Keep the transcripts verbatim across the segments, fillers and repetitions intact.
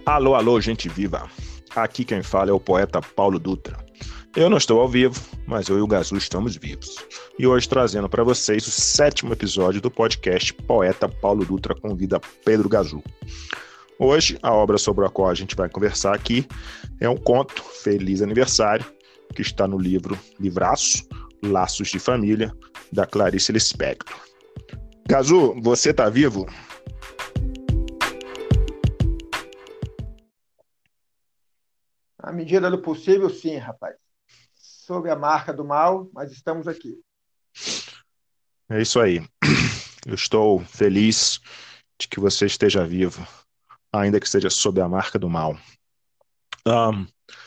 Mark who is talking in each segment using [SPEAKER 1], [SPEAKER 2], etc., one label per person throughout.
[SPEAKER 1] Alô, alô, gente viva! Aqui quem fala é o poeta Paulo Dutra. Eu não estou ao vivo, mas eu e o Gazu estamos vivos. E hoje trazendo para vocês o sétimo episódio do podcast Poeta Paulo Dutra convida Pedro Gazu. Hoje, a obra sobre a qual a gente vai conversar aqui é um conto, Feliz Aniversário, que está no livro Livraço, Laços de Família, da Clarice Lispector. Gazu, você está vivo?
[SPEAKER 2] À medida do possível, sim, rapaz. Sob a marca do mal, mas estamos aqui.
[SPEAKER 1] É isso aí. Eu estou feliz de que você esteja vivo, ainda que esteja sob a marca do mal. Um,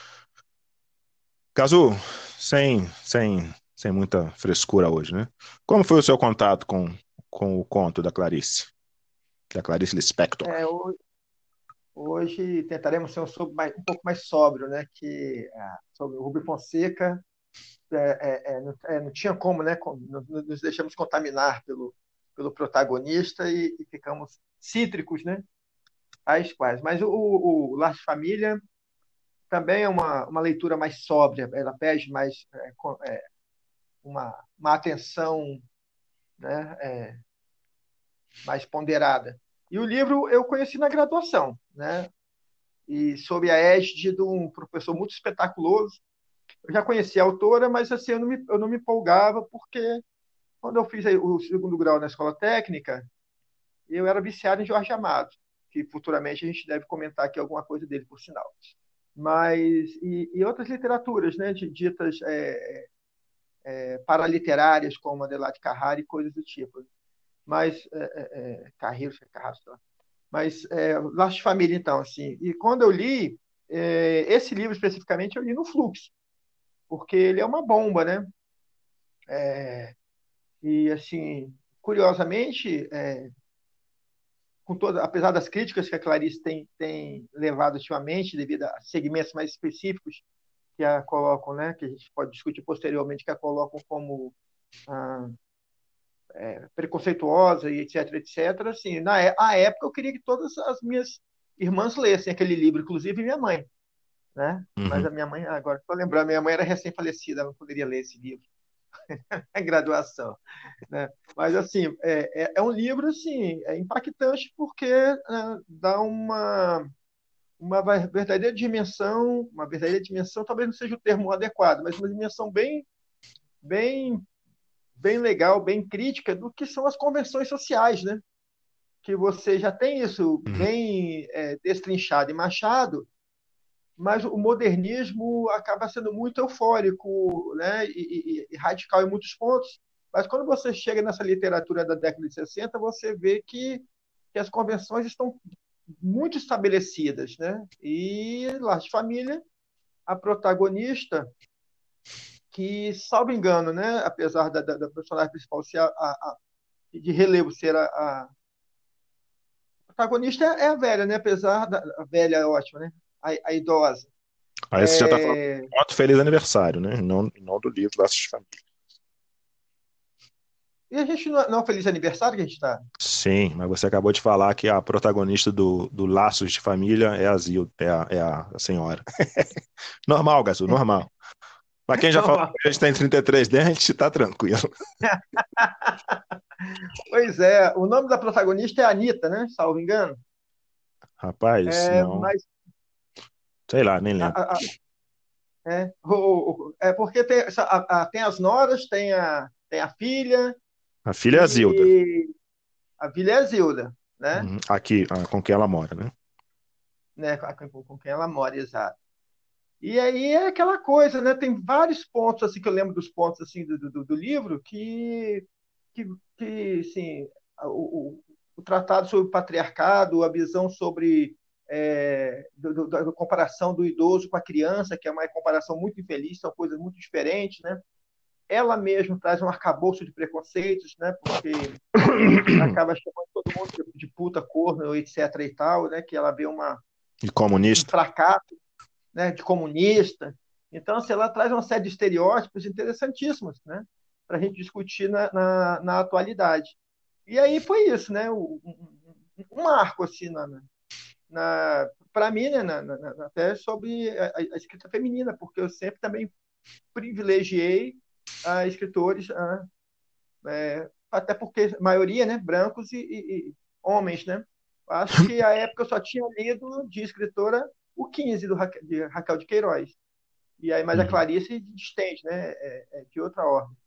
[SPEAKER 1] Cazu, sem, sem, sem muita frescura hoje, né? Como foi o seu contato com, com o conto da Clarice, da Clarice Lispector?
[SPEAKER 2] É, hoje, hoje tentaremos ser um, sobre mais- um pouco mais sóbrio, né? Que ah, sobre o Rubem Fonseca é, é, é, não, é, não tinha como, né? com- Nos, nos deixamos contaminar pelo, pelo protagonista e, e ficamos cítricos, né? Tais quais. Mas o, o, o Laços de Família também é uma, uma leitura mais sóbria. Ela pede mais é, com- é, uma, uma atenção, né? É, mais ponderada. E o livro eu conheci na graduação, né? E sob a égide de um professor muito espetaculoso. Eu já conhecia a autora, mas assim, eu não me, eu não me empolgava, porque quando eu fiz aí o segundo grau na escola técnica, eu era viciado em Jorge Amado, que futuramente a gente deve comentar aqui alguma coisa dele, por sinal. Mas, e, e outras literaturas, né, de, ditas é, é, paraliterárias, como Adelaide Carrara e coisas do tipo. Mas, é, é, é, Carreiro, Carrasco, sei lá. Mas é, Laços de Família, então, assim. E quando eu li, é, esse livro especificamente, eu li no Fluxo, porque ele é uma bomba, né? E, assim, curiosamente, é, com toda, apesar das críticas que a Clarice tem, tem levado ultimamente, devido a segmentos mais específicos que a colocam, né? Que a gente pode discutir posteriormente, que a colocam como ah, é, preconceituosa e etc, etc. Assim, na é- à época, eu queria que todas as minhas irmãs lessem aquele livro, inclusive minha mãe, né? Mas
[SPEAKER 1] Uhum.
[SPEAKER 2] a minha mãe, agora estou lembrando, minha mãe era recém-falecida, ela não poderia ler esse livro, é graduação, né? Mas assim, é, é, é um livro assim, é impactante porque é, dá uma uma verdadeira dimensão, uma verdadeira dimensão, talvez não seja o termo adequado, mas uma dimensão bem bem bem legal, bem crítica do que são as convenções sociais, né? Que você já tem isso
[SPEAKER 1] Uhum.
[SPEAKER 2] bem é, destrinchado em Machado, mas o modernismo acaba sendo muito eufórico, né, e, e, e radical em muitos pontos. Mas quando você chega nessa literatura da década de sessenta, você vê que, que as convenções estão muito estabelecidas, né? E Lar de Família, a protagonista, que, salvo engano, né, apesar da, da, da personagem principal ser a, a, a, de relevo ser a, a protagonista é a velha, né? Apesar da a velha é ótima, né? A, a idosa.
[SPEAKER 1] Aí você já está falando
[SPEAKER 2] É,
[SPEAKER 1] do conto Feliz Aniversário, né? Não, não do livro Laços de Família.
[SPEAKER 2] e a gente não, é, não é feliz aniversário que a gente está.
[SPEAKER 1] Sim, mas você acabou de falar que a protagonista do, do Laços de Família é a Zilda, é a, é a senhora. Normal, Gazu, normal. Pra quem já falou que a gente tem trinta e três dentes, tá tranquilo.
[SPEAKER 2] Pois é, o nome da protagonista é Anitta, né? Salvo engano.
[SPEAKER 1] Rapaz,
[SPEAKER 2] É,
[SPEAKER 1] não.
[SPEAKER 2] mas
[SPEAKER 1] Sei lá, nem
[SPEAKER 2] a,
[SPEAKER 1] lembro.
[SPEAKER 2] a, a, é, o, o, é porque tem, a, a, tem as noras, tem a, tem a filha
[SPEAKER 1] A filha é a Zilda.
[SPEAKER 2] e a filha é a Zilda, né?
[SPEAKER 1] Uhum. Aqui, ah, com quem ela mora, né?
[SPEAKER 2] né? Com, com quem ela mora, exato. E aí é aquela coisa, né? Tem vários pontos assim que eu lembro dos pontos assim do, do, do livro que que, que assim, o, o, o tratado sobre o patriarcado, a visão sobre é, do, do, da comparação do idoso com a criança, que é uma comparação muito infeliz, são coisas muito diferentes, né? Ela mesma traz um arcabouço de preconceitos, né? Porque acaba chamando todo mundo de, de puta, corno, etc e tal, né? Que ela vê uma,
[SPEAKER 1] E
[SPEAKER 2] um
[SPEAKER 1] comunista.
[SPEAKER 2] fracasso, né, de comunista. Então, assim, ela traz uma série de estereótipos interessantíssimos, né, para a gente discutir na, na, na, atualidade. E aí foi isso, né, um, um marco assim, na, para mim, né, na, na, na, até sobre a, a, escrita feminina, porque eu sempre também privilegiei a escritores, a, é, até porque a maioria, né, brancos e, e, e homens, né? Acho que a época eu só tinha lido de escritora o quinze do Raquel, de Raquel de Queiroz. E aí, mas a
[SPEAKER 1] Uhum.
[SPEAKER 2] Clarice distende, né? É, é de outra ordem.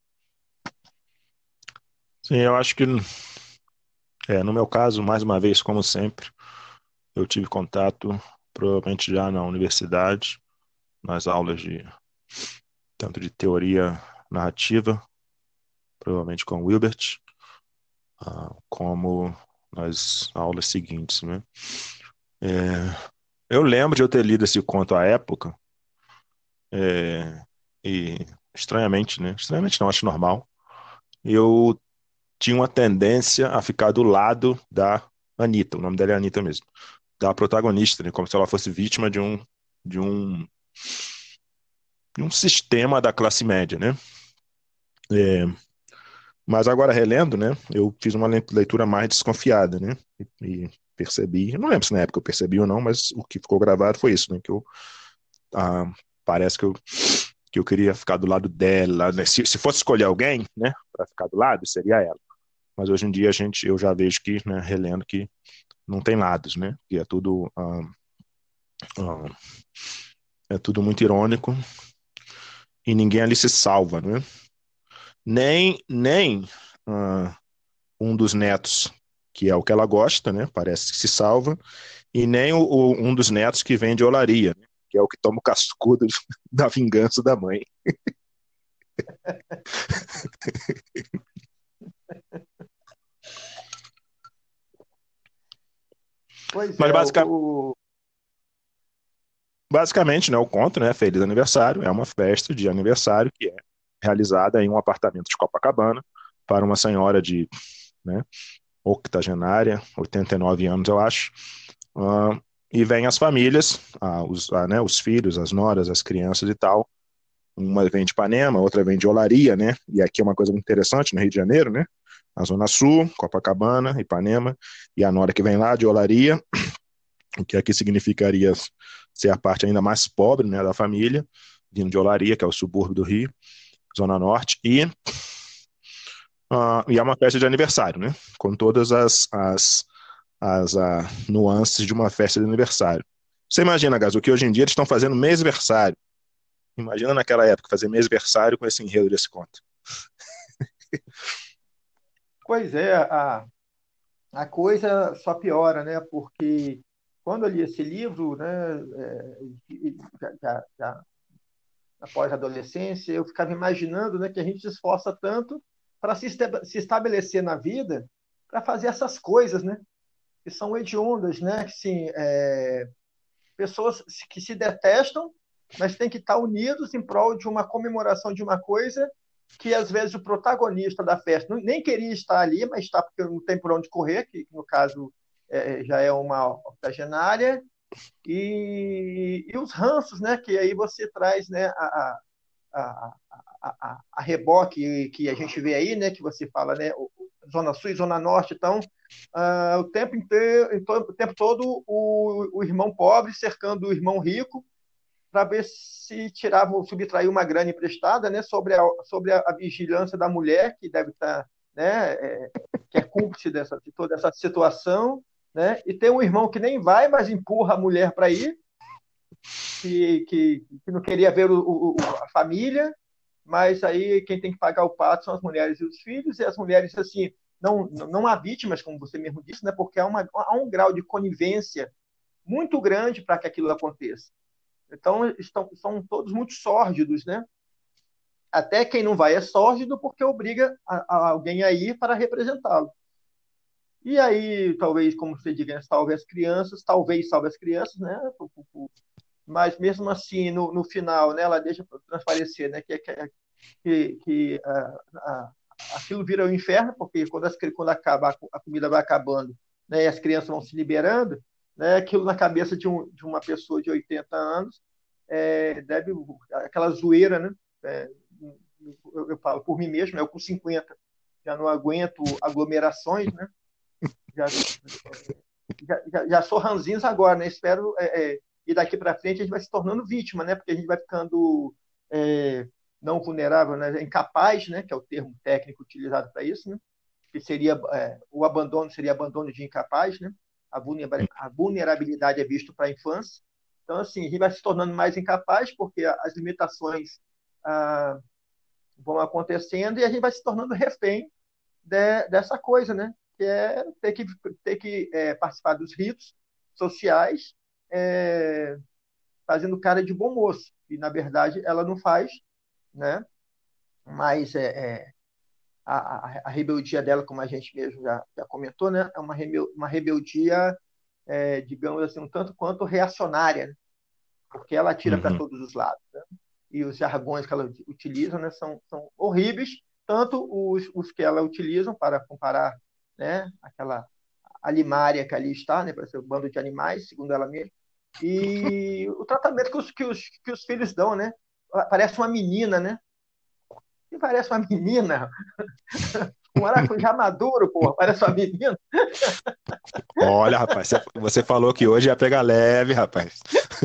[SPEAKER 1] Sim, eu acho que, é, no meu caso, mais uma vez, como sempre, eu tive contato, provavelmente já na universidade, nas aulas de tanto de teoria narrativa, provavelmente com Wilbert, ah, como nas aulas seguintes, né? É, eu lembro de eu ter lido esse conto à época, é, e estranhamente, né? Estranhamente não, acho normal. Eu tinha uma tendência a ficar do lado da Anitta, o nome dela é Anitta mesmo, da protagonista, né? Como se ela fosse vítima de um, de um, de um sistema da classe média, né? É, mas agora relendo, né? Eu fiz uma leitura mais desconfiada, né? E, e percebi, não lembro se na época eu percebi ou não, mas o que ficou gravado foi isso, né? Que eu, ah, parece que eu, que eu queria ficar do lado dela, né? Se, se fosse escolher alguém, né? Para ficar do lado, seria ela. Mas hoje em dia a gente, eu já vejo que, né? Relendo que não tem lados, né? Que é tudo, ah, ah, é tudo muito irônico e ninguém ali se salva, né? Nem, nem ah, um dos netos, que é o que ela gosta, né? Parece que se salva, e nem o, o- um dos netos que vem de olaria, né? Que é o que toma o cascudo da vingança da mãe.
[SPEAKER 2] Pois
[SPEAKER 1] Mas
[SPEAKER 2] é,
[SPEAKER 1] basic,
[SPEAKER 2] o,
[SPEAKER 1] basicamente, né, o conto, né, Feliz Aniversário, é uma festa de aniversário que é realizada em um apartamento de Copacabana para uma senhora de, né, octogenária, oitenta e nove anos, eu acho. Ah, e vem as famílias, ah, os, ah, né, os filhos, as noras, as crianças e tal. Uma vem de Ipanema, outra vem de Olaria, né? E aqui é uma coisa muito interessante no Rio de Janeiro, né? A Zona Sul, Copacabana, Ipanema, e a nora que vem lá de Olaria, o que aqui significaria ser a parte ainda mais pobre, né, da família, vindo de Olaria, que é o subúrbio do Rio, Zona Norte, e, uh, e é uma festa de aniversário, né? Com todas as, as, as uh, nuances de uma festa de aniversário. Você imagina, Gaso, que hoje em dia eles estão fazendo mêsversário. Imagina naquela época fazer mêsversário com esse enredo desse conto.
[SPEAKER 2] pois é, a, a coisa só piora, né? Porque quando eu li esse livro, né, é, já, já, já após a adolescência, eu ficava imaginando, né, que a gente se esforça tanto para se, se estabelecer na vida, para fazer essas coisas, né, que são hediondas, né, que sim, é, pessoas que se detestam, mas têm que estar unidos em prol de uma comemoração de uma coisa que às vezes o protagonista da festa nem queria estar ali, mas está porque não tem por onde correr, que no caso é, já é uma octogenária, e, e os ranços, né, que aí você traz, né, a, a, a, a, a reboque que a gente vê aí, né, que você fala, né, Zona Sul e Zona Norte, então, uh, o, tempo inteiro, o tempo todo o, o irmão pobre cercando o irmão rico para ver se tirava ou subtraía uma grana emprestada, né, sobre a, sobre a, a vigilância da mulher, que deve estar, né, é, que é cúmplice dessa, de toda essa situação, né, e tem um irmão que nem vai, mas empurra a mulher para ir, que, que, que, não queria ver o, o, a família, mas aí quem tem que pagar o pato são as mulheres e os filhos, e as mulheres, assim, não, não há vítimas, como você mesmo disse, né, porque há, uma, há um grau de conivência muito grande para que aquilo aconteça. Então, estão, são todos muito sórdidos, né? Até quem não vai é sórdido porque obriga a, a alguém a ir para representá-lo. E aí, talvez, como você diga, salve as crianças, talvez salve as crianças, né? Mas mesmo assim, no, no final, né, ela deixa transparecer, né, que, que, que a, a, aquilo vira o um inferno, porque quando, as, quando acaba, a comida vai acabando, né, e as crianças vão se liberando, né, aquilo na cabeça de, um, de uma pessoa de oitenta anos, é, deve, aquela zoeira, né, é, eu, eu falo por mim mesmo, né, eu com cinquenta já não aguento aglomerações, né, já já, já, já sou ranzinhos agora, né? Espero é, é, e daqui para frente a gente vai se tornando vítima, né? Porque a gente vai ficando é, não vulnerável, né? Incapaz, né? Que é o termo técnico utilizado para isso, né? Que seria é, o abandono seria abandono de incapaz, né? A vulnerabilidade é visto para a infância. Então, assim, a gente vai se tornando mais incapaz porque as limitações ah, vão acontecendo e a gente vai se tornando refém de, dessa coisa, né? Que é ter que, ter que é, participar dos ritos sociais, é, fazendo cara de bom moço. E, na verdade, ela não faz, né? Mas é, é, a, a, a, rebeldia dela, como a gente mesmo já, já comentou, né? É uma, rebel, uma rebeldia, é, digamos assim, um tanto quanto reacionária, né? Porque ela atira para
[SPEAKER 1] Uhum.
[SPEAKER 2] todos os lados, né? E os jargões que ela utiliza, né, são, são horríveis, tanto os, os que ela utiliza para comparar, né, aquela alimária que ali está, né, para ser um bando de animais, segundo ela mesma, e o tratamento que os, que os, que os filhos dão, né? Parece uma menina, né? E parece uma menina, um maracujá maduro, porra, parece uma menina.
[SPEAKER 1] Olha, rapaz, você você falou que hoje ia pegar leve, rapaz.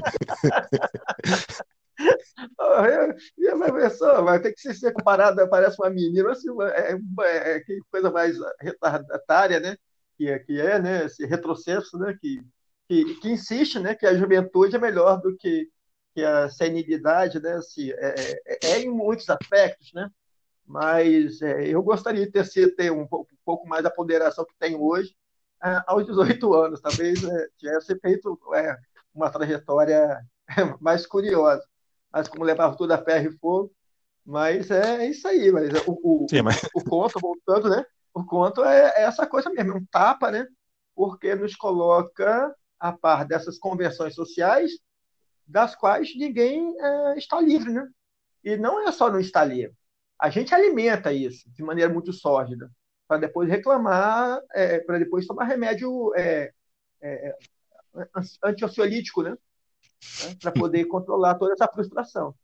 [SPEAKER 2] E a pessoa vai ter que ser comparada, parece uma menina, assim, é, é, é, que coisa mais retardatária, né? Que, é- que é, né? Esse retrocesso, né? Que, que, que insiste, né? Que a juventude é melhor do que, que a senilidade, né? Assim, é, é, é em muitos aspectos, né? Mas é, eu gostaria de ter, sido- ter um, pouco, um pouco mais da ponderação que tenho hoje, ah, aos dezoito anos. Talvez é, tivesse feito é, uma trajetória mais curiosa. Mas como levava tudo a ferro e fogo. Mas é isso aí. Mas o,
[SPEAKER 1] Sim,
[SPEAKER 2] o, o,
[SPEAKER 1] mas
[SPEAKER 2] o conto, voltando, né? O conto é, é essa coisa mesmo, é um tapa, né? Porque nos coloca a par dessas convenções sociais das quais ninguém é, está livre, né? E não é só no estar livre. A gente alimenta isso de maneira muito sórdida, para depois reclamar, é, para depois tomar remédio é, é, anti-ansiolítico, né? Né? Para poder controlar toda essa frustração.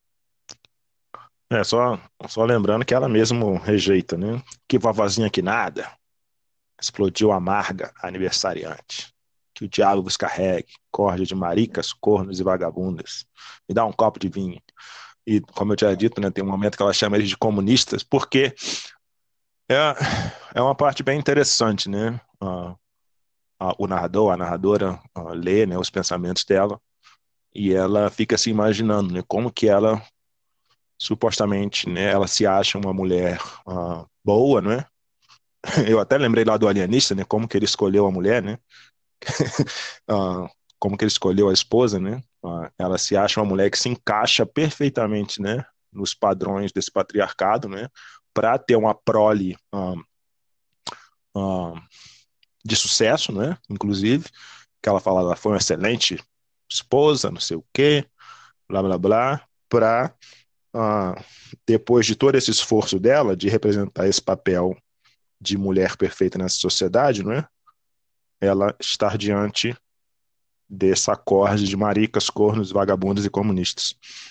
[SPEAKER 1] é só, só lembrando que ela mesmo rejeita, né? Que vovozinha que nada, explodiu amarga, aniversariante. Que o diabo vos carregue, corja de maricas, cornos e vagabundas. Me dá um copo de vinho. E, como eu tinha dito, né, tem um momento que ela chama eles de comunistas, porque é, é uma parte bem interessante, né? Ah, a- o narrador, a narradora, ah, lê, né, os pensamentos dela e ela fica se imaginando, né, como que ela supostamente, né, ela se acha uma mulher ah, boa, né? Eu até lembrei lá do alienista, né, como que ele escolheu a mulher, né? Ah, como que ele escolheu a esposa, né? Ah, ela se acha uma mulher que se encaixa perfeitamente, né, nos padrões desse patriarcado, né? Para ter uma prole ah, ah, de sucesso, né? Inclusive, que ela fala, ela foi uma excelente esposa, não sei o quê, blá blá blá, para ah, depois de todo esse esforço dela de representar esse papel de mulher perfeita nessa sociedade, não é? Ela estar diante desse acorde de maricas, cornos, vagabundos e comunistas.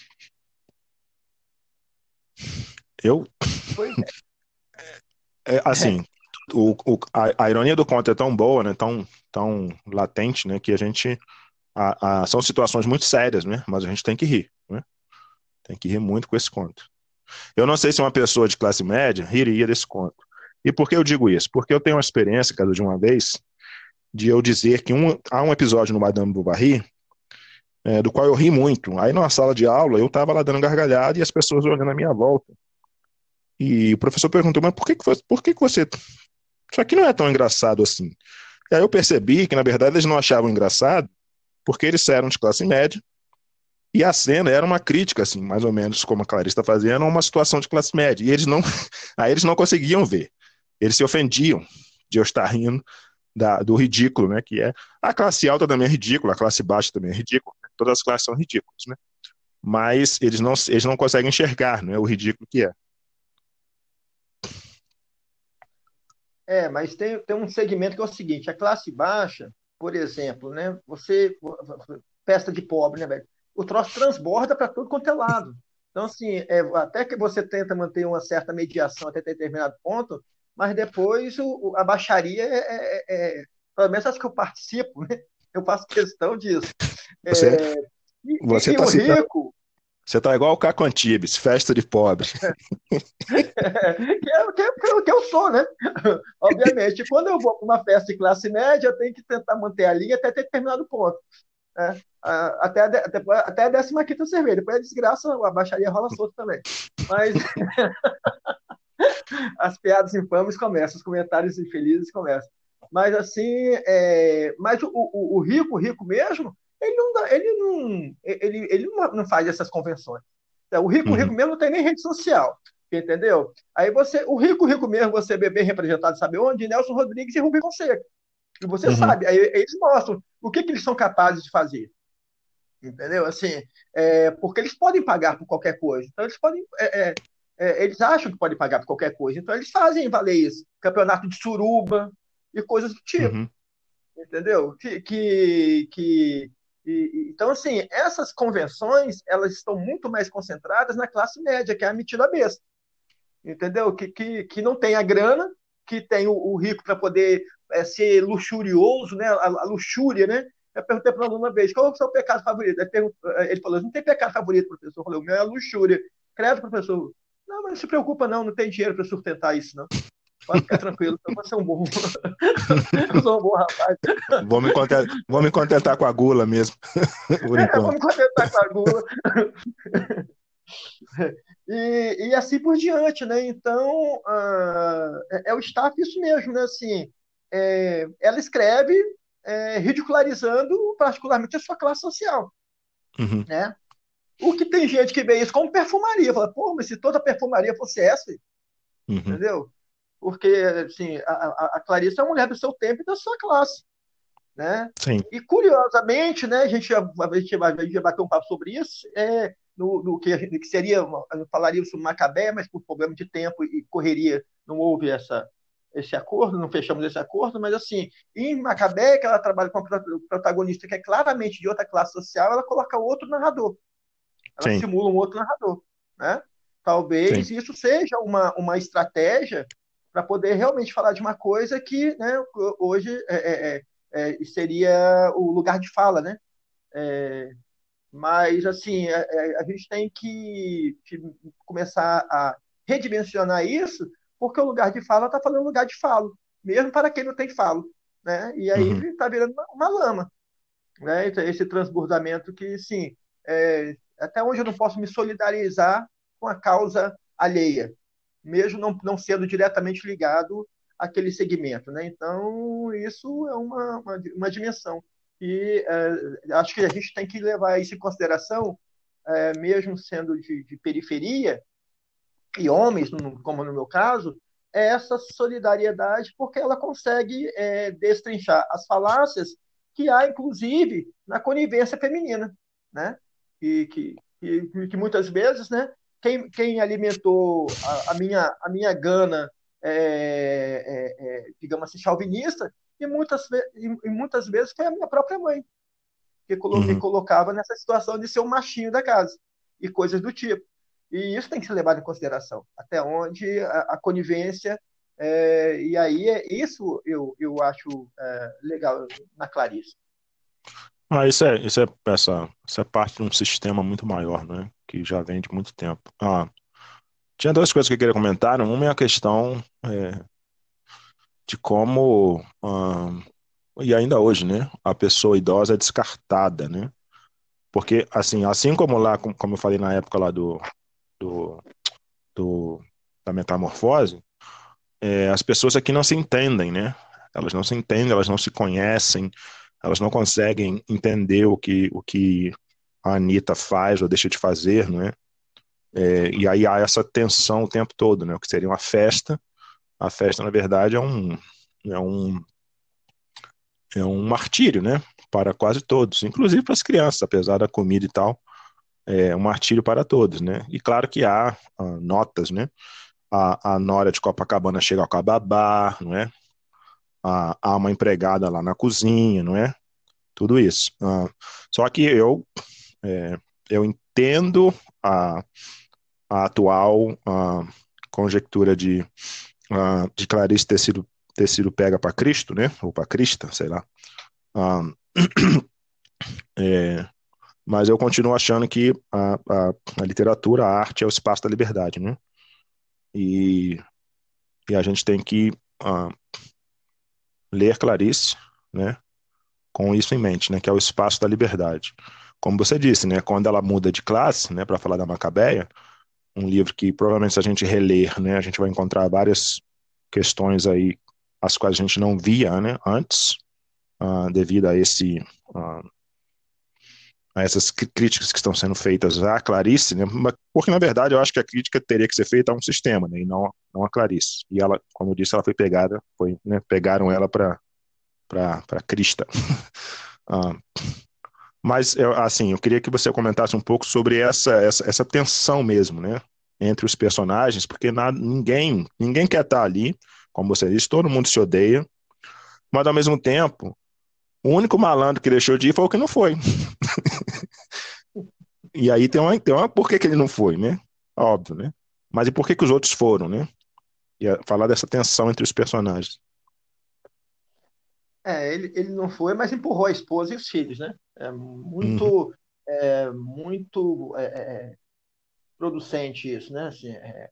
[SPEAKER 1] Eu,
[SPEAKER 2] Pois
[SPEAKER 1] é,
[SPEAKER 2] é.
[SPEAKER 1] assim, o, o, a, a ironia do conto é tão boa, né, tão, tão latente, né, que a gente, a, a, são situações muito sérias, né, mas a gente tem que rir, né, tem que rir muito com esse conto. Eu não sei se uma pessoa de classe média riria desse conto. E por que eu digo isso? Porque eu tenho uma experiência, caso de uma vez, de eu dizer que um, há um episódio no Madame Bovary é, do qual eu ri muito. Aí numa sala de aula eu estava lá dando gargalhada e as pessoas olhando à minha volta. E o professor perguntou, mas por que, que, você, por que, que você... Isso aqui não é tão engraçado assim. E aí eu percebi que, na verdade, eles não achavam engraçado porque eles eram de classe média e a cena era uma crítica, assim, mais ou menos como a Clarice está fazendo, a uma situação de classe média. E eles não... Aí eles não conseguiam ver. Eles se ofendiam de eu estar rindo da, do ridículo, né? Que é a classe alta também é ridícula, a classe baixa também é ridícula. Né? Todas as classes são ridículas, né? Mas eles não, eles não conseguem enxergar, né? O ridículo que é.
[SPEAKER 2] É, mas tem, tem um segmento que é o seguinte: a classe baixa, por exemplo, né? Você, festa de pobre, né, velho? O troço transborda para tudo quanto é lado. Então, assim, é, até que você tenta manter uma certa mediação até determinado ponto, mas depois o, a baixaria é, é, é, pelo menos acho que eu participo, né? Eu faço questão disso.
[SPEAKER 1] Você,
[SPEAKER 2] É, e,
[SPEAKER 1] você
[SPEAKER 2] e, e
[SPEAKER 1] tá
[SPEAKER 2] o
[SPEAKER 1] citando,
[SPEAKER 2] rico,
[SPEAKER 1] você tá igual o Caco Antibes, festa de pobre.
[SPEAKER 2] que é, que, é, que é o que eu sou, né? Obviamente, quando eu vou para uma festa de classe média, eu tenho que tentar manter a linha até determinado ponto. Né? Até, a, até, até a décima quinta cerveja. Depois a desgraça, a baixaria rola solta também. Mas as piadas infames começam, os comentários infelizes começam. Mas assim, é, mas o, o, o rico, o rico mesmo, ele não, dá, ele não, ele, ele não, não faz essas convenções. Então, o rico, o rico
[SPEAKER 1] Uhum,
[SPEAKER 2] mesmo não tem nem rede social, entendeu? Aí você, o rico, rico mesmo, você vê bem representado, sabe onde? Nelson Rodrigues e Rubem Fonseca. E você
[SPEAKER 1] uhum,
[SPEAKER 2] sabe, aí eles mostram o que, que eles são capazes de fazer, entendeu? Assim, é, porque eles podem pagar por qualquer coisa. Então eles podem, é, é, é, eles acham que podem pagar por qualquer coisa. Então eles fazem valer isso, campeonato de suruba e coisas do tipo,
[SPEAKER 1] uhum,
[SPEAKER 2] entendeu? Que, que, que e, então assim, essas convenções elas estão muito mais concentradas na classe média, que é a metida besta, entendeu? Que, que, que não tem a grana, que tem o, o rico para poder é, ser luxurioso, né? A, a luxúria, né? Eu perguntei para o aluno uma vez, qual é o seu pecado favorito? Ele falou, não tem pecado favorito, professor. Eu falei, o meu é a luxúria. Credo, professor. Não, mas não se preocupa não, não tem dinheiro para sustentar isso, não. Pode ficar tranquilo, eu vou ser um bom, eu sou um bom rapaz.
[SPEAKER 1] Vou me contentar, vou me contentar com a gula mesmo, por
[SPEAKER 2] É, vou
[SPEAKER 1] enquanto.
[SPEAKER 2] me contentar com a gula. E, e assim por diante, né? Então, ah, é, é o staff isso mesmo, né? Assim, é, ela escreve é, ridicularizando particularmente a sua classe social,
[SPEAKER 1] Uhum,
[SPEAKER 2] né? O que tem gente que vê isso como perfumaria, fala, pô, mas se toda perfumaria fosse essa,
[SPEAKER 1] uhum,
[SPEAKER 2] entendeu? Porque, assim, a, a, a Clarice é uma mulher do seu tempo e da sua classe, né?
[SPEAKER 1] sim,
[SPEAKER 2] E curiosamente, né, a gente já, a gente vai, a gente já bateu um papo sobre isso, é, no, no que, a gente, que seria, eu falaria sobre Macabé, mas por problema de tempo e correria não houve essa, esse acordo, não fechamos esse acordo, mas assim, em Macabé, que ela trabalha com a protagonista que é claramente de outra classe social, ela coloca outro narrador, ela
[SPEAKER 1] sim,
[SPEAKER 2] simula um outro narrador, né?
[SPEAKER 1] sim.
[SPEAKER 2] Talvez isso seja uma, uma estratégia para poder realmente falar de uma coisa que, né, hoje é, é, é, é, seria o lugar de fala, né? É, mas, assim, a, a, gente tem que, que, começar a redimensionar isso, porque o lugar de fala está falando lugar de falo, mesmo para quem não tem falo, né? E aí
[SPEAKER 1] Uhum.
[SPEAKER 2] está virando uma, uma lama, né? Esse transbordamento que, sim, é, até onde eu não posso me solidarizar com a causa alheia, mesmo não, não sendo diretamente ligado àquele segmento, né? Então, isso é uma, uma, uma dimensão. E é, acho que a gente tem que levar isso em consideração, é, mesmo sendo de, de periferia, e homens, como no meu caso, é essa solidariedade, porque ela consegue é, destrinchar as falácias que há, inclusive, na conivência feminina, né? E que, que, que muitas vezes, né? Quem, quem alimentou a, a minha, a minha gana, é, é, é, digamos assim, chauvinista, e muitas, e, e muitas vezes foi a minha própria mãe, que me
[SPEAKER 1] Uhum.
[SPEAKER 2] colocava nessa situação de ser o machinho da casa, e coisas do tipo. E isso tem que ser levado em consideração, até onde a, a conivência, é, e aí é, isso eu, eu acho é, legal na Clarice.
[SPEAKER 1] Ah, isso é, isso é, essa, essa é parte de um sistema muito maior, né? Que já vem de muito tempo. Ah, tinha duas coisas que eu queria comentar. Uma é a questão é, de como, ah, e ainda hoje, né? A pessoa idosa é descartada, né? Porque, assim, assim como lá, como, como eu falei na época lá do, do, do- da metamorfose, é, as pessoas aqui não se entendem, né? Elas não se entendem, elas não se conhecem, elas não conseguem entender o que, o que a Anitta faz ou deixa de fazer, não é? É, e aí há essa tensão o tempo todo, né? O que seria uma festa. A festa, na verdade, é um, é um, é um martírio, né? Para quase todos, inclusive para as crianças, apesar da comida e tal, é um martírio para todos, né? E claro que há ah, notas, né? A, a nora de Copacabana chega com a babá, não é? Há, há uma empregada lá na cozinha, não é? Tudo isso. Ah, só que eu, é, eu entendo a, a atual ah, conjectura de, ah, de Clarice ter sido ter sido pega para Cristo, né? Ou para Crista, sei lá. Ah, é, mas eu continuo achando que a, a, a literatura, a arte é o espaço da liberdade, né? E, e a gente tem que ah, ler Clarice, né? Com isso em mente, né? Que é o espaço da liberdade. Como você disse, né? Quando ela muda de classe, né? Para falar da Macabeia, um livro que provavelmente se a gente reler, né? A gente vai encontrar várias questões aí as quais a gente não via, né? Antes, ah, devido a esse ah, a essas críticas que estão sendo feitas à Clarice, né? Porque na verdade eu acho que a crítica teria que ser feita a um sistema, né? E não, não a Clarice. E ela, como eu disse, ela foi pegada, foi, né? Pegaram ela para para Crista. Ah, mas eu, assim, eu queria que você comentasse um pouco sobre essa, essa, essa tensão mesmo, né? Entre os personagens, porque nada, ninguém ninguém quer estar ali, como você disse, todo mundo se odeia, mas ao mesmo tempo, o único malandro que deixou de ir foi o que não foi. E aí tem uma, tem uma por que, que ele não foi, né? Óbvio, né? Mas e por que, que os outros foram, né? E a- falar dessa tensão entre os personagens.
[SPEAKER 2] É, ele, ele não foi, mas empurrou a esposa e os filhos, né? É
[SPEAKER 1] Uhum,
[SPEAKER 2] muito, é, muito é, é, producente isso, né? Assim, é,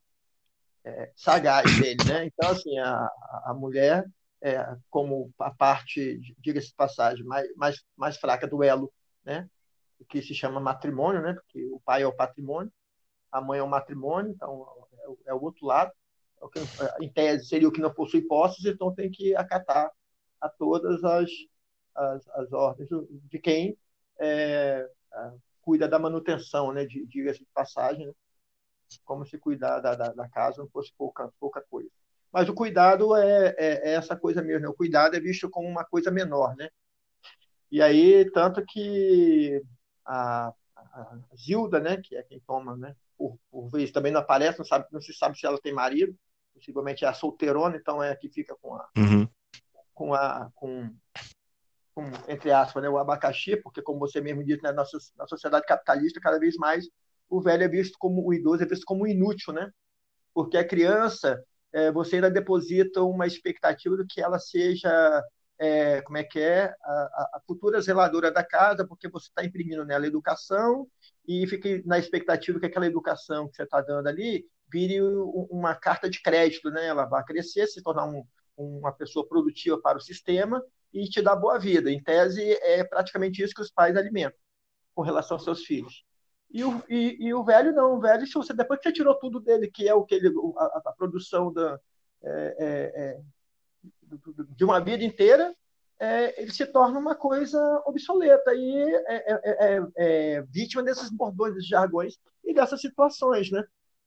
[SPEAKER 2] sagaz dele, né? Então, assim, a, a mulher, é, como a parte, diga-se de passagem, mais, mais, mais fraca do elo, né? O que se chama matrimônio, né? Porque o pai é o patrimônio, a mãe é o matrimônio, então é o, é o outro lado. É o que, em tese, seria o que não possui posses, então tem que acatar a todas as, as, as ordens de quem é, cuida da manutenção, né? Diga-se de passagem, né? Como se cuidar da, da, da casa não fosse pouca, pouca coisa. Mas o cuidado é, é, é essa coisa mesmo, né? O cuidado é visto como uma coisa menor, né? E aí, tanto que a, a Zilda, né, que é quem toma, né, por, por vez também não aparece, não, sabe, não se sabe se ela tem marido, possivelmente é a solteirona, então é a que fica com a,
[SPEAKER 1] uhum,
[SPEAKER 2] com a, com, com, entre aspas, né, o abacaxi, porque como você mesmo disse, né, na, na sociedade capitalista, cada vez mais o velho é visto como, o idoso é visto como inútil, né? Porque a criança, é, você ainda deposita uma expectativa do que ela seja, é, como é que é, a, a futura zeladora da casa, porque você está imprimindo nela educação e fica na expectativa que aquela educação que você está dando ali vire uma carta de crédito, né? Ela vai crescer, se tornar um, uma pessoa produtiva para o sistema e te dar boa vida. Em tese, é praticamente isso que os pais alimentam com relação aos seus filhos. E o, e, e o velho não, o velho, se você, depois que você tirou tudo dele, que é o que ele, a, a produção da, é, é, é, de uma vida inteira, é, ele se torna uma coisa obsoleta e é, é, é, é vítima desses bordões, desses jargões e dessas situações, né?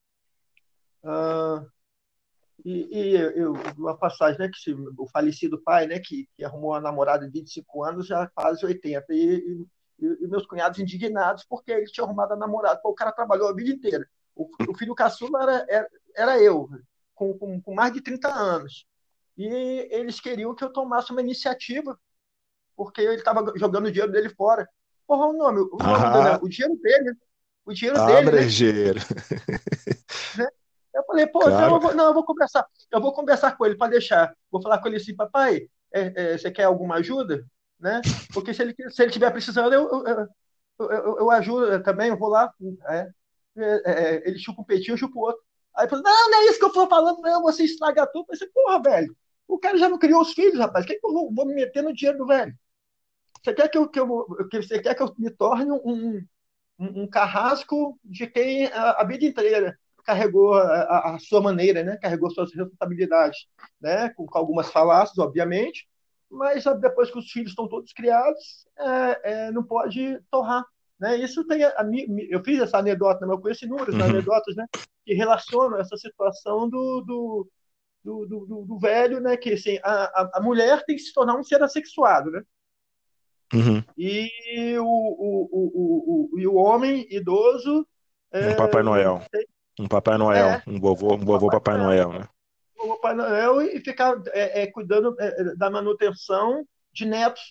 [SPEAKER 2] Ah, e, e eu, uma passagem, né, que se, o falecido pai, né, que, que arrumou uma namorada de vinte e cinco anos, já quase oitenta, e, e, e meus cunhados indignados porque ele tinha arrumado a namorada. Pô, o cara trabalhou a vida inteira. O, o filho caçula era, era, era eu, com, com, com mais de trinta anos. E eles queriam que eu tomasse uma iniciativa, porque ele estava jogando o dinheiro dele fora. Porra, o nome, o nome do, né,
[SPEAKER 1] ah,
[SPEAKER 2] o dinheiro dele, o dinheiro
[SPEAKER 1] ah,
[SPEAKER 2] dele, né?
[SPEAKER 1] brejeiro.
[SPEAKER 2] Né? Eu falei, pô, então
[SPEAKER 1] Claro.
[SPEAKER 2] eu vou, não, eu vou conversar, eu vou conversar com ele para deixar. Vou falar com ele assim, papai, é, é, você quer alguma ajuda? Né? Porque se ele, se ele tiver precisando, eu, eu, eu, eu, eu ajudo também, eu vou lá. É, é, é, ele chupa um peitinho, eu chupo o outro. Aí ele falou, não, não é isso que eu tô falando, não, você estraga tudo. Eu falei, porra, velho, o cara já não criou os filhos, rapaz, o que, que eu vou, vou me meter no dinheiro do velho? Você quer que eu, que eu, que você quer que eu me torne um, um, um carrasco de quem a, a vida inteira carregou a, a, a, sua maneira, né? Carregou suas responsabilidades, né? Com, com algumas falácias, obviamente, mas depois que os filhos estão todos criados, é, é, não pode torrar, né? Isso tem a, a, eu fiz essa anedota, né? Eu conheço inúmeras
[SPEAKER 1] Uhum,
[SPEAKER 2] anedotas, né? Que relacionam essa situação do, do, do, do, do velho, né? Que assim, a, a mulher tem que se tornar um ser assexuado, né?
[SPEAKER 1] uhum.
[SPEAKER 2] E o, o, o, o, e o homem idoso
[SPEAKER 1] Um Papai
[SPEAKER 2] é,
[SPEAKER 1] Noel. Um Papai Noel.
[SPEAKER 2] é
[SPEAKER 1] Um vovô, um
[SPEAKER 2] o
[SPEAKER 1] vovô
[SPEAKER 2] Papai
[SPEAKER 1] Papai
[SPEAKER 2] Noel.
[SPEAKER 1] Noel, né?
[SPEAKER 2] O Papai Noel e ficar é, é, cuidando é, da manutenção de netos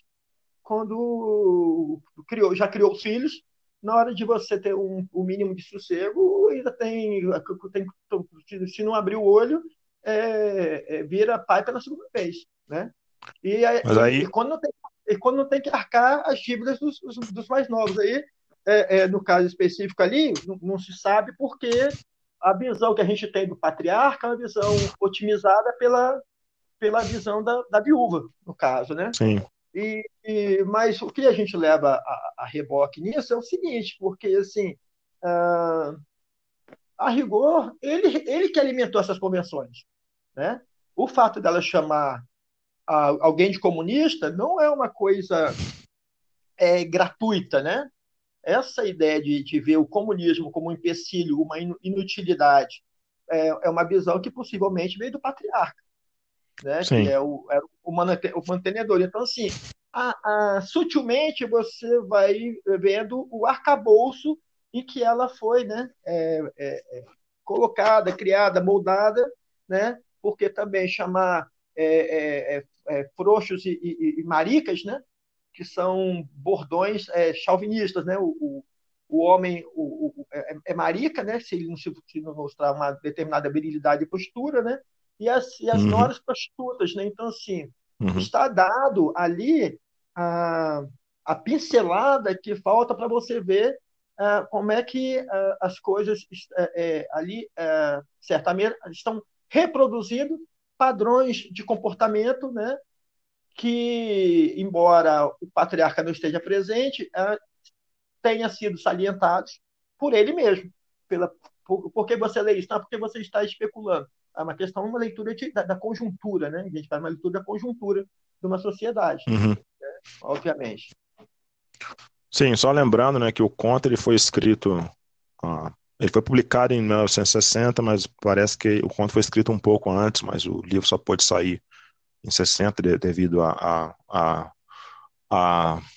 [SPEAKER 2] quando criou, já criou filhos. Na hora de você ter um, um mínimo de sossego, ainda tem, tem. Se não abrir o olho, é, é, vira pai pela segunda vez, né? E,
[SPEAKER 1] Mas
[SPEAKER 2] e, e
[SPEAKER 1] aí,
[SPEAKER 2] quando não tem, e quando não tem que arcar as dívidas dos, dos, dos mais novos. Aí, é, é, no caso específico ali, não, não se sabe porque a visão que a gente tem do patriarca é uma visão otimizada pela, pela visão da, da viúva, no caso, né?
[SPEAKER 1] sim,
[SPEAKER 2] E, e, mas o que a gente leva a, a reboque nisso é o seguinte, porque assim, a, a rigor, ele, ele que alimentou essas convenções, né? O fato dela chamar a, alguém de comunista não é uma coisa é, gratuita, né? Essa ideia de, de ver o comunismo como um empecilho, uma inutilidade, é, é uma visão que possivelmente veio do patriarca, né? Que
[SPEAKER 1] sim.
[SPEAKER 2] é o, era o, o mantenedor. Então, assim, a, a, sutilmente você vai vendo o arcabouço em que ela foi, né? É, é, é, colocada, criada, moldada, né? Porque também chamar é, é, é, é frouxos e, e, e maricas, né? Que são bordões é, chauvinistas, né? O, o, o homem o, o, é, é marica, né? Se ele não, se, se não mostrar uma determinada virilidade e postura, né? E as, e as
[SPEAKER 1] Uhum,
[SPEAKER 2] noras prostitutas, né? Então, assim,
[SPEAKER 1] uhum.
[SPEAKER 2] está dado ali a, a pincelada que falta para você ver uh, como é que uh, as coisas uh, é, ali, uh, certamente, estão reproduzindo padrões de comportamento, né? Que, embora o patriarca não esteja presente, uh, tenha sido salientados por ele mesmo. Pela, por, por que você lê isso? Não, porque você está especulando. É uma questão, uma leitura de, da, da conjuntura, né? A gente faz uma leitura da conjuntura de uma sociedade,
[SPEAKER 1] Uhum.
[SPEAKER 2] obviamente.
[SPEAKER 1] Sim, só lembrando, né, que o conto ele foi escrito, ah, ele foi publicado em mil novecentos e sessenta, mas parece que o conto foi escrito um pouco antes, mas o livro só pôde sair em sessenta de- devido a, a, a, a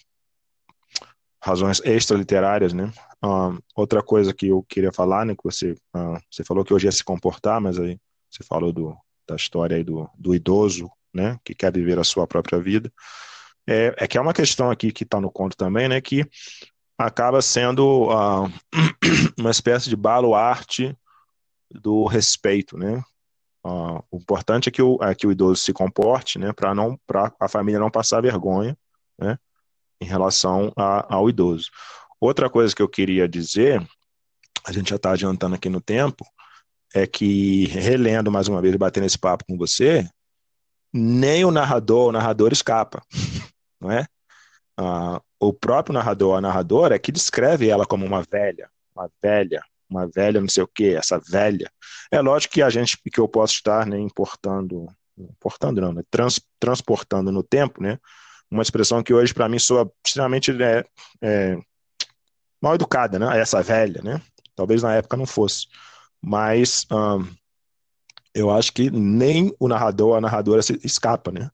[SPEAKER 1] razões extraliterárias, né? Ah, outra coisa que eu queria falar, né, que você, ah, você falou que hoje ia se comportar, mas aí você falou do, da história aí do, do idoso, né, que quer viver a sua própria vida. É, é que é uma questão aqui que está no conto também, né, que acaba sendo ah, uma espécie de baluarte do respeito, né? Ah, o importante é que o, é que o idoso se comporte, né, para não, para a família não passar vergonha, né, em relação a, ao idoso. Outra coisa que eu queria dizer, a gente já está adiantando aqui no tempo, é que, relendo mais uma vez, batendo esse papo com você, nem o narrador, o narrador escapa, não é? Ah, o próprio narrador, a narradora, é que descreve ela como uma velha, uma velha, uma velha não sei o quê, essa velha. É lógico que a gente, que eu posso estar, né, importando, importando não, né, trans, transportando no tempo, né, uma expressão que hoje para mim soa extremamente é, é, mal educada, né, essa velha, né, talvez na época não fosse, mas hum, eu acho que nem o narrador ou a narradora se escapa, né.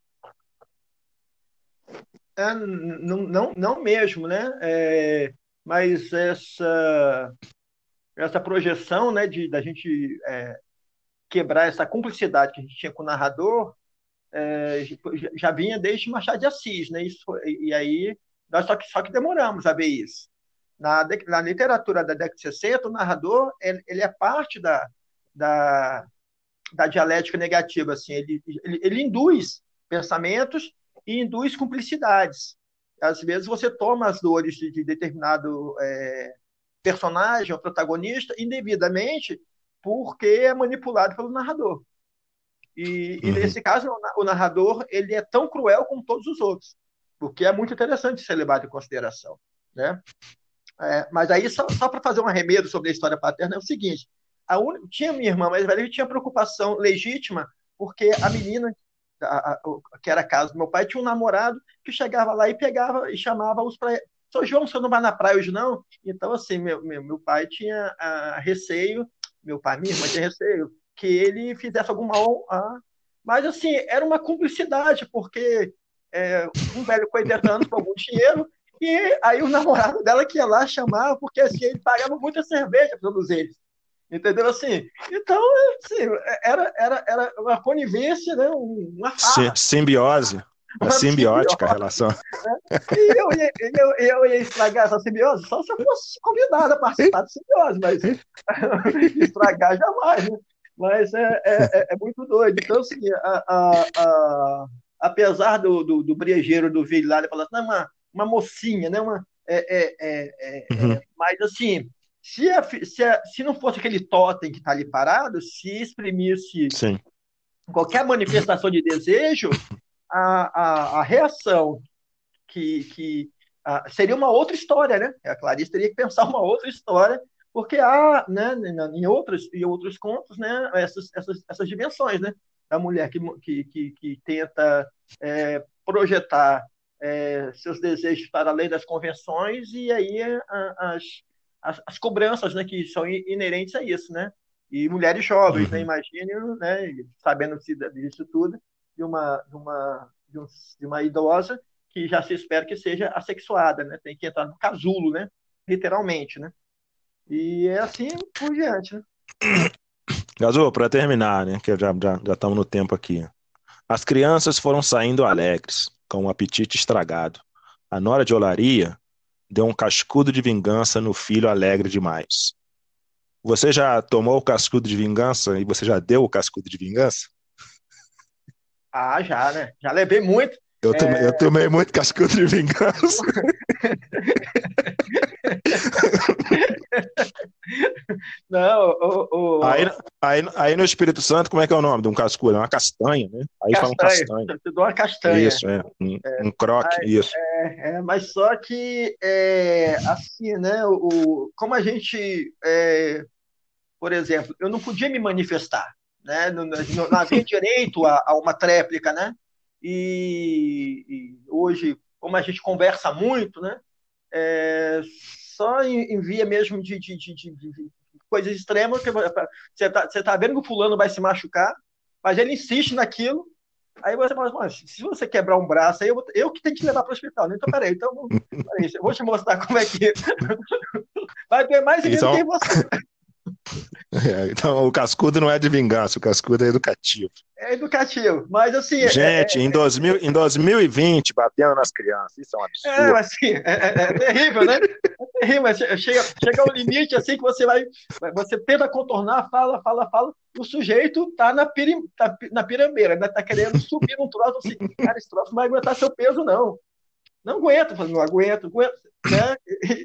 [SPEAKER 2] É, não, não, não mesmo, né? É, mas essa, essa projeção, né, de da gente é, quebrar essa cumplicidade que a gente tinha com o narrador é, já, já vinha desde Machado de Assis, né? Isso, e, e aí nós só que, só que demoramos a ver isso. Na, na literatura da década de sessenta, o narrador ele, ele é parte da, da, da dialética negativa, assim, ele, ele, ele induz pensamentos e induz cumplicidades. Às vezes você toma as dores de, de determinado é, personagem ou protagonista indevidamente porque é manipulado pelo narrador. E, e
[SPEAKER 1] Uhum,
[SPEAKER 2] nesse caso, o narrador ele é tão cruel como todos os outros, porque é muito interessante ser levado em consideração, né? É, mas aí, só, só para fazer um arremedo sobre a história paterna, é o seguinte: a un... tinha minha irmã mais velha que tinha preocupação legítima, porque a menina, a, a, que era a casa do meu pai, tinha um namorado que chegava lá e pegava e chamava-os para. Sou João, você não vai na praia hoje, não? Então, assim, meu, meu, meu pai tinha a, receio, meu pai, minha irmã tinha receio, que ele fizesse algum mal. A... Mas, assim, era uma cumplicidade, porque é, um velho com oitenta anos com algum dinheiro e aí o namorado dela que ia lá chamar, porque assim, ele pagava muita cerveja para todos eles. Entendeu? Assim, então, assim, era, era, era uma conivência, né? uma
[SPEAKER 1] Si-
[SPEAKER 2] farra,
[SPEAKER 1] simbiose, é
[SPEAKER 2] uma
[SPEAKER 1] simbiótica a
[SPEAKER 2] simbiose.
[SPEAKER 1] relação.
[SPEAKER 2] E eu ia, eu, eu ia estragar essa simbiose só se eu fosse convidado a participar da simbiose, mas estragar jamais, né? Mas é, é, é- é muito doido. Então, assim, a, a, a- apesar do, do, do brejeiro do vídeo lá, ele fala assim, não, é uma, uma mocinha, né? Uma, é, é, é, é-
[SPEAKER 1] Uhum.
[SPEAKER 2] é- mas, assim, se, a fi- se, a- se não fosse aquele totem que está ali parado, se exprimisse
[SPEAKER 1] Sim.
[SPEAKER 2] qualquer manifestação de desejo, a, a, a reação que, que ah, seria uma outra história, né? A Clarice teria que pensar uma outra história, porque há, né, em outros, em outros contos, né, essas, essas, essas dimensões, né? A mulher que, que, que, que tenta é, projetar é, seus desejos para além das convenções e aí a, as, as, as cobranças, né, que são inerentes a isso, né? E mulheres jovens, né?
[SPEAKER 1] Uhum.
[SPEAKER 2] Imagine, né, sabendo disso tudo, de uma, de uma, de, um, de uma idosa que já se espera que seja assexuada, né? Tem que entrar no casulo, né? Literalmente, né? E é assim por diante, né?
[SPEAKER 1] Gazô, para terminar, né, que já já já estamos no tempo aqui. As crianças foram saindo alegres, com o apetite estragado. A nora de Olaria deu um cascudo de vingança no filho alegre demais. Você já tomou o cascudo de vingança e você já deu o cascudo de vingança?
[SPEAKER 2] Ah, já, né? Já levei muito.
[SPEAKER 1] Eu tomei,
[SPEAKER 2] É,
[SPEAKER 1] eu tomei muito cascudo de vingança.
[SPEAKER 2] não, o,
[SPEAKER 1] Aí,
[SPEAKER 2] o
[SPEAKER 1] aí, aí no Espírito Santo, como é que é o nome de um cascudo? É uma castanha, né? Aí falam
[SPEAKER 2] castanha,
[SPEAKER 1] castanha.
[SPEAKER 2] eu te dou uma castanha.
[SPEAKER 1] Isso, é. Um, um croque, isso.
[SPEAKER 2] É, é, mas só que, é, assim, né? O, como a gente, é, por exemplo, eu não podia me manifestar, né? Não, não, não havia direito a, a uma tréplica, né? E, e hoje, como a gente conversa muito, né? É, só em, em via mesmo de, de, de, de, de coisas extremas, que você tá, você tá vendo que o fulano vai se machucar, mas ele insiste naquilo, aí você fala, mas se você quebrar um braço, aí eu, eu que tenho que te levar para o hospital. Então, peraí, então, peraí, eu vou te mostrar como é que vai ter mais em mim do que em
[SPEAKER 1] Então,
[SPEAKER 2] você.
[SPEAKER 1] é, então, o cascudo não é de vingança, o cascudo é educativo.
[SPEAKER 2] É educativo, mas assim, é,
[SPEAKER 1] Gente, em, dois mil, em dois mil e vinte, batendo nas crianças, isso é um
[SPEAKER 2] é,
[SPEAKER 1] absurdo.
[SPEAKER 2] assim, é, é, é terrível, né? É terrível, mas chega, chega ao limite assim que você vai, você tenta contornar, fala, fala, fala, o sujeito tá na, piri, tá na pirambeira, né? Tá querendo subir num troço assim, cara, esse troço não vai aguentar seu peso, não. Não aguento, não aguento, aguento, né?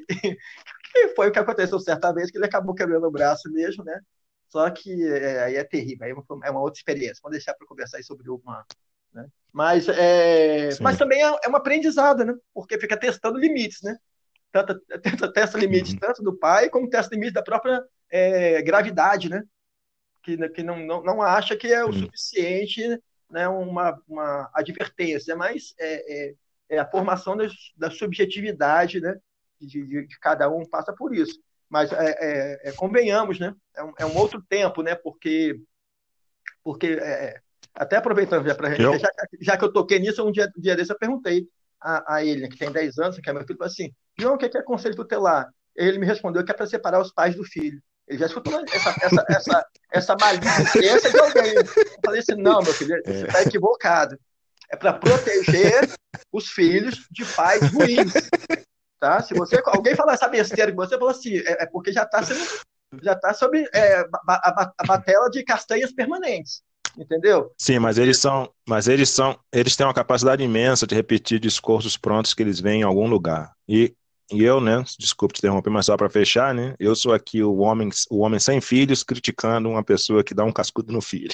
[SPEAKER 2] E foi o que aconteceu certa vez, que ele acabou quebrando o braço mesmo, né? Só que é, aí é terrível, aí é uma outra experiência. Vamos deixar para conversar aí sobre uma, né? Mas, é, mas
[SPEAKER 1] Sim.
[SPEAKER 2] também é, é uma aprendizada, né? Porque fica testando limites, né? Tanto, testa, testa limites
[SPEAKER 1] Uhum.
[SPEAKER 2] tanto do pai, como testa limites da própria é, gravidade, né? Que, que não, não, não acha que é o
[SPEAKER 1] Sim.
[SPEAKER 2] suficiente, né? Uma, uma advertência, mas é, é, é a formação da, da subjetividade, né? De, de, de cada um passa por isso. Mas é, é, é, convenhamos, né? É um, é um outro tempo, né? Porque, porque é, até aproveitando já para gente,
[SPEAKER 1] Eu,
[SPEAKER 2] já, já que eu toquei nisso, um dia, um dia desse eu perguntei a, a ele, né, que tem dez anos, que é meu filho, falou assim: João, o que é conselho tutelar? Ele me respondeu que é para separar os pais do filho. Ele já escutou essa, essa, essa, essa maledicência de alguém. Eu falei assim: não, meu filho, você está
[SPEAKER 1] é,
[SPEAKER 2] equivocado. É para proteger os filhos de pais ruins. Tá? Se você, alguém falar essa besteira que você falou assim, é, é porque já está sendo, já está sob é, a, a batela de castanhas permanentes, entendeu?
[SPEAKER 1] sim, mas
[SPEAKER 2] Porque
[SPEAKER 1] eles são, mas eles são, eles têm uma capacidade imensa de repetir discursos prontos que eles veem em algum lugar. E, e eu, né, desculpe te interromper, mas só para fechar, né, eu sou aqui o homem, o homem sem filhos criticando uma pessoa que dá um cascudo no filho.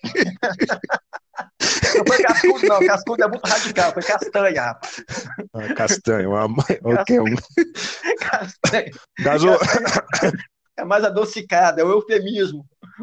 [SPEAKER 2] não foi cascudo, não, cascudo é muito radical, foi castanha, rapaz.
[SPEAKER 1] Ah, castanho, uma, ok, um
[SPEAKER 2] Castanha, castanha,
[SPEAKER 1] gaso,
[SPEAKER 2] castanha é mais adocicada, é o eufemismo.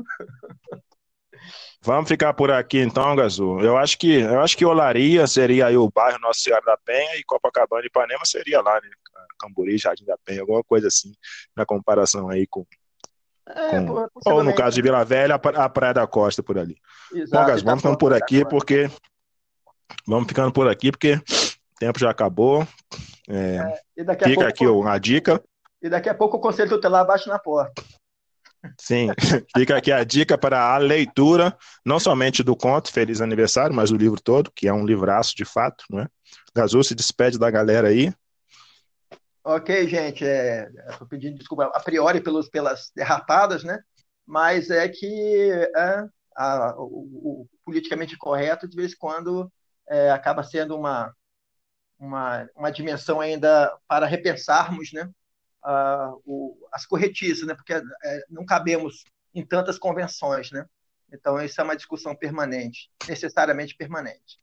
[SPEAKER 1] vamos ficar por aqui então, Gazu. Eu acho que, eu acho que Olaria seria aí o bairro Nossa Senhora da Penha e Copacabana e Ipanema seria lá, né? Cambori, Jardim da Penha, alguma coisa assim, na comparação aí com,
[SPEAKER 2] É,
[SPEAKER 1] com ou no
[SPEAKER 2] possivelmente,
[SPEAKER 1] caso de
[SPEAKER 2] né?
[SPEAKER 1] Vila Velha, a pra- a Praia da Costa por ali. Bom,
[SPEAKER 2] Exato,
[SPEAKER 1] Gazu, vamos ficando por
[SPEAKER 2] Itapuã,
[SPEAKER 1] aqui
[SPEAKER 2] Itapuã.
[SPEAKER 1] porque vamos ficando por aqui porque o tempo já acabou. É,
[SPEAKER 2] E daqui a
[SPEAKER 1] fica
[SPEAKER 2] pouco,
[SPEAKER 1] aqui uma dica.
[SPEAKER 2] e daqui a pouco o conselho tutelar bate na porta.
[SPEAKER 1] Sim, fica aqui a dica para a leitura, não somente do conto Feliz Aniversário, mas do livro todo, que é um livraço de fato, não é? Gazu se despede da galera aí.
[SPEAKER 2] Ok, gente, é, estou pedindo desculpa a priori pelos, pelas derrapadas, né? mas é que é, a, o, o politicamente correto, de vez em quando, é, acaba sendo uma, uma, uma dimensão ainda para repensarmos, né, a, o, as corretiças, né, porque é, não cabemos em tantas convenções, né? Então, isso é uma discussão permanente, necessariamente permanente.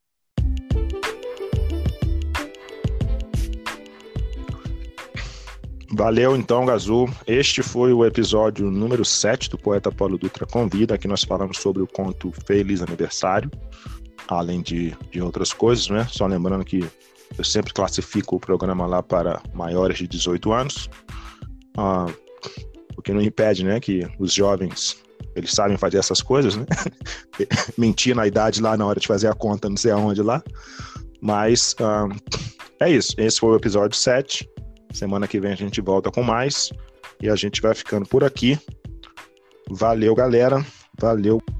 [SPEAKER 1] Valeu, então, Gazu. Este foi o episódio número sete do Poeta Paulo Dutra Convida. Aqui nós falamos sobre o conto Feliz Aniversário, além de, de outras coisas, né? Só lembrando que eu sempre classifico o programa lá para maiores de dezoito anos, ah, o que não impede, né, que os jovens, eles sabem fazer essas coisas, né? Mentir na idade lá na hora de fazer a conta, não sei aonde lá. Mas ah, é isso. Esse foi o episódio sete. Semana que vem a gente volta com mais. E a gente vai ficando por aqui. Valeu, galera. Valeu.